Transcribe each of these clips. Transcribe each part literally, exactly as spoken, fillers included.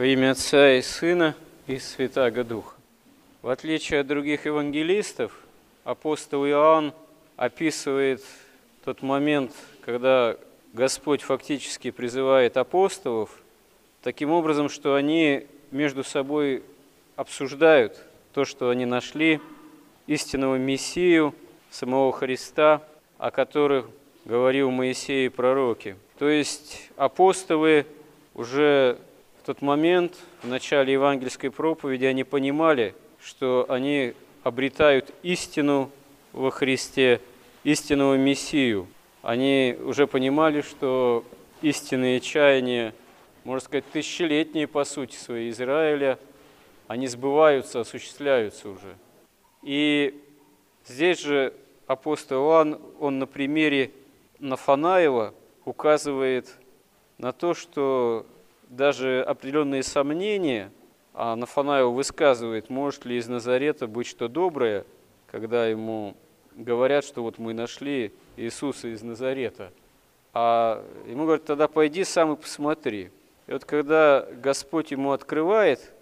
Во имя Отца и Сына и Святаго Духа. В отличие от других евангелистов, апостол Иоанн описывает тот момент, когда Господь фактически призывает апостолов, таким образом, что они между собой обсуждают то, что они нашли, истинного Мессию, самого Христа, о которых говорил Моисей и пророки. То есть апостолы уже в тот момент, в начале евангельской проповеди, они понимали, что они обретают истину во Христе, истинного Мессию. Они уже понимали, что истинные чаяния, можно сказать, тысячелетние по сути своей Израиля, они сбываются, осуществляются уже. И здесь же апостол Иоанн, он на примере Нафанаила указывает на то, что даже определенные сомнения, а Нафанаил высказывает, может ли из Назарета быть что доброе, когда ему говорят, что вот мы нашли Иисуса из Назарета. А ему говорят, тогда пойди сам и посмотри. И вот когда Господь ему открывает,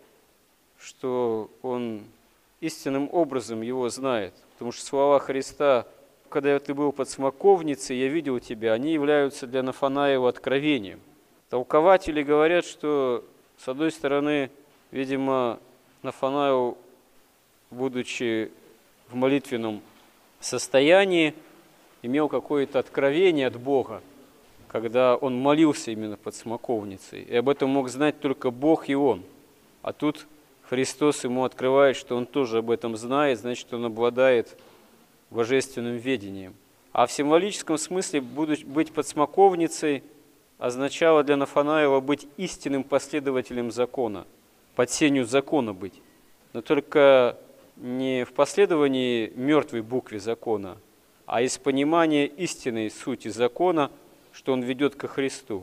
что он истинным образом его знает, потому что слова Христа, когда ты был под смоковницей, я видел тебя, они являются для Нафанаила откровением. Толкователи говорят, что, с одной стороны, видимо, Нафанаил, будучи в молитвенном состоянии, имел какое-то откровение от Бога, когда он молился именно под смоковницей. И об этом мог знать только Бог и он. А тут Христос ему открывает, что он тоже об этом знает, значит, он обладает божественным ведением. А в символическом смысле быть под смоковницей означало для Нафанаила быть истинным последователем закона, под сенью закона быть. Но только не в последовании мертвой букве закона, а из понимания истинной сути закона, что он ведет ко Христу.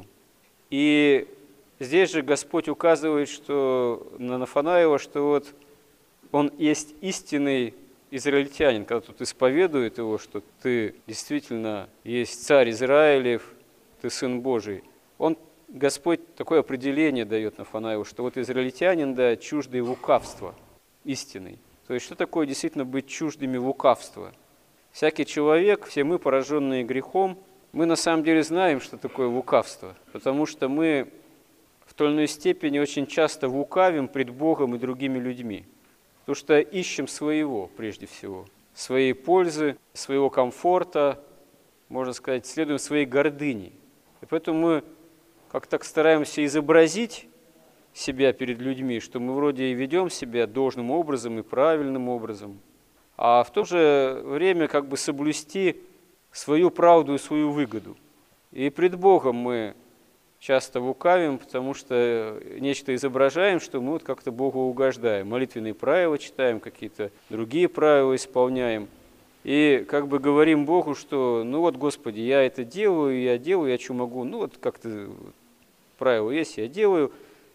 И здесь же Господь указывает, что на Нафанаила, что вот он есть истинный израильтянин, когда тут исповедует его, что ты действительно есть царь Израилев, ты Сын Божий. Он, Господь, такое определение дает Нафанаилу, что вот израильтянин, да, чуждый лукавства, истинный. То есть, что такое действительно быть чуждыми лукавства? Всякий человек, все мы, пораженные грехом, мы на самом деле знаем, что такое лукавство, потому что мы в той или иной степени очень часто лукавим пред Богом и другими людьми, потому что ищем своего, прежде всего, своей пользы, своего комфорта, можно сказать, следуем своей гордыне. И поэтому мы как так стараемся изобразить себя перед людьми, что мы вроде и ведем себя должным образом и правильным образом, а в то же время как бы соблюсти свою правду и свою выгоду. И пред Богом мы часто лукавим, потому что нечто изображаем, что мы вот как-то Богу угождаем. Молитвенные правила читаем, какие-то другие правила исполняем. И как бы говорим Богу, что ну вот, Господи, я это делаю, я делаю, я что могу, ну вот как-то правило есть, я делаю,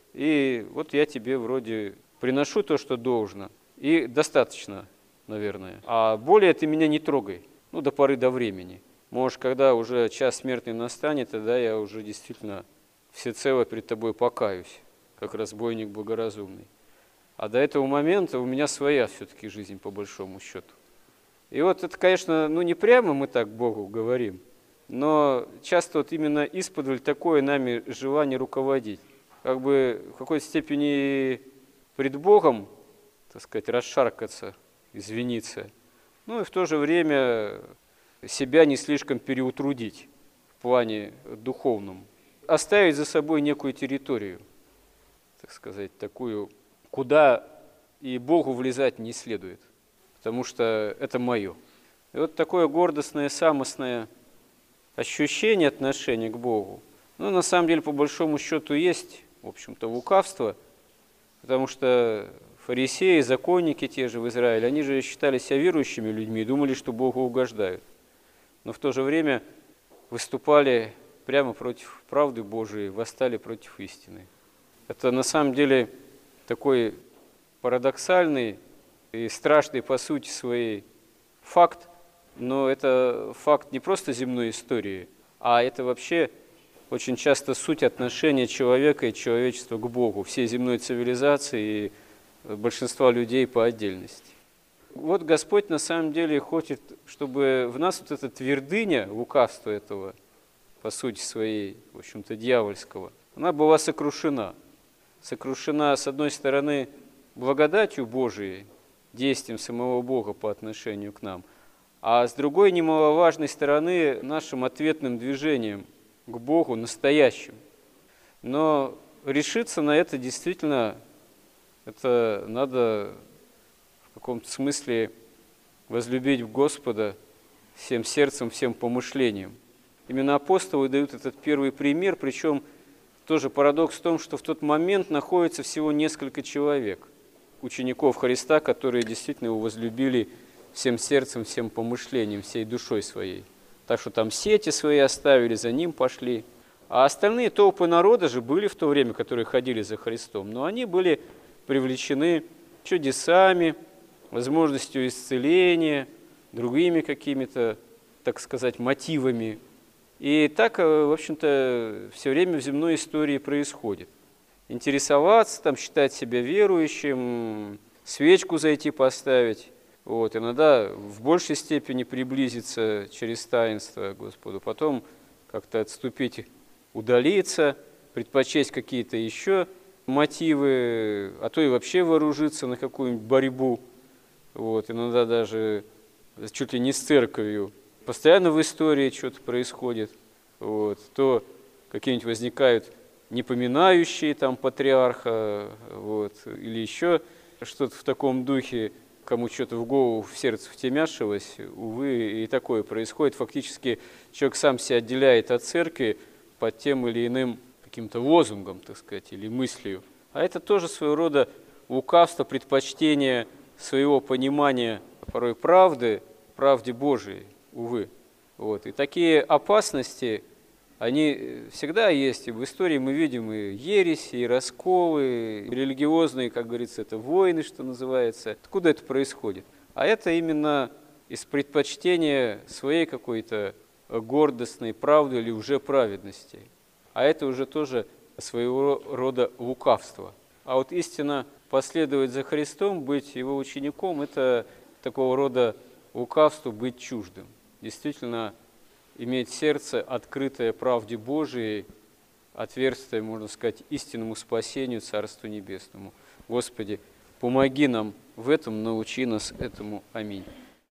и вот я тебе вроде приношу то, что должно, и достаточно, наверное. А более ты меня не трогай, ну до поры до времени. Может, когда уже час смертный настанет, тогда я уже действительно всецело перед тобой покаюсь, как разбойник благоразумный. А до этого момента у меня своя все-таки жизнь, по большому счету. И вот это, конечно, ну не прямо мы так Богу говорим, но часто вот именно исподволь такое нами желание руководить. Как бы в какой-то степени пред Богом, так сказать, расшаркаться, извиниться, ну и в то же время себя не слишком переутрудить в плане духовном. Оставить за собой некую территорию, так сказать, такую, куда и Богу влезать не следует, потому что это мое. И вот такое гордостное, самостное ощущение отношения к Богу, ну, на самом деле, по большому счету, есть, в общем-то, лукавство, потому что фарисеи, законники те же в Израиле, они же считали себя верующими людьми и думали, что Богу угождают. Но в то же время выступали прямо против правды Божией, восстали против истины. Это на самом деле такой парадоксальный и страшный по сути своей факт, но это факт не просто земной истории, а это вообще очень часто суть отношения человека и человечества к Богу, всей земной цивилизации и большинства людей по отдельности. Вот Господь на самом деле хочет, чтобы в нас вот эта твердыня, лукавства этого, по сути своей, в общем-то, дьявольского, она была сокрушена. Сокрушена, с одной стороны, благодатью Божией, действием самого Бога по отношению к нам, а с другой немаловажной стороны, нашим ответным движением к Богу настоящим. Но решиться на это действительно, это надо в каком-то смысле возлюбить Господа всем сердцем, всем помышлением. Именно апостолы дают этот первый пример, причем тоже парадокс в том, что в тот момент находится всего несколько человек, учеников Христа, которые действительно его возлюбили всем сердцем, всем помышлением, всей душой своей. Так что там сети свои оставили, за ним пошли. А остальные толпы народа же были в то время, которые ходили за Христом, но они были привлечены чудесами, возможностью исцеления, другими какими-то, так сказать, мотивами. И так, в общем-то, все время в земной истории происходит. Интересоваться, там, считать себя верующим, свечку зайти поставить, вот, иногда в большей степени приблизиться через таинство к Господу, потом как-то отступить, удалиться, предпочесть какие-то еще мотивы, а то и вообще вооружиться на какую-нибудь борьбу, вот, иногда даже чуть ли не с церковью. Постоянно в истории что-то происходит, вот, то какие-нибудь возникают непоминающие там патриарха, вот, или еще что-то в таком духе, кому что-то в голову, в сердце втемяшилось, увы, и такое происходит. Фактически человек сам себя отделяет от церкви под тем или иным каким-то лозунгом, так сказать, или мыслью. А это тоже своего рода лукавство, предпочтение своего понимания порой правды, правде Божией, увы. Вот. И такие опасности, они всегда есть. И в истории мы видим и ереси, и расколы, и религиозные, как говорится, это войны, что называется. Откуда это происходит? А это именно из предпочтения своей какой-то гордостной правды или уже праведности. А это уже тоже своего рода лукавство. А вот истинно последовать за Христом, быть его учеником, это такого рода лукавство, быть чуждым. Действительно, иметь сердце, открытое правде Божией, отверстие, можно сказать, истинному спасению, Царству Небесному. Господи, помоги нам в этом, научи нас этому. Аминь.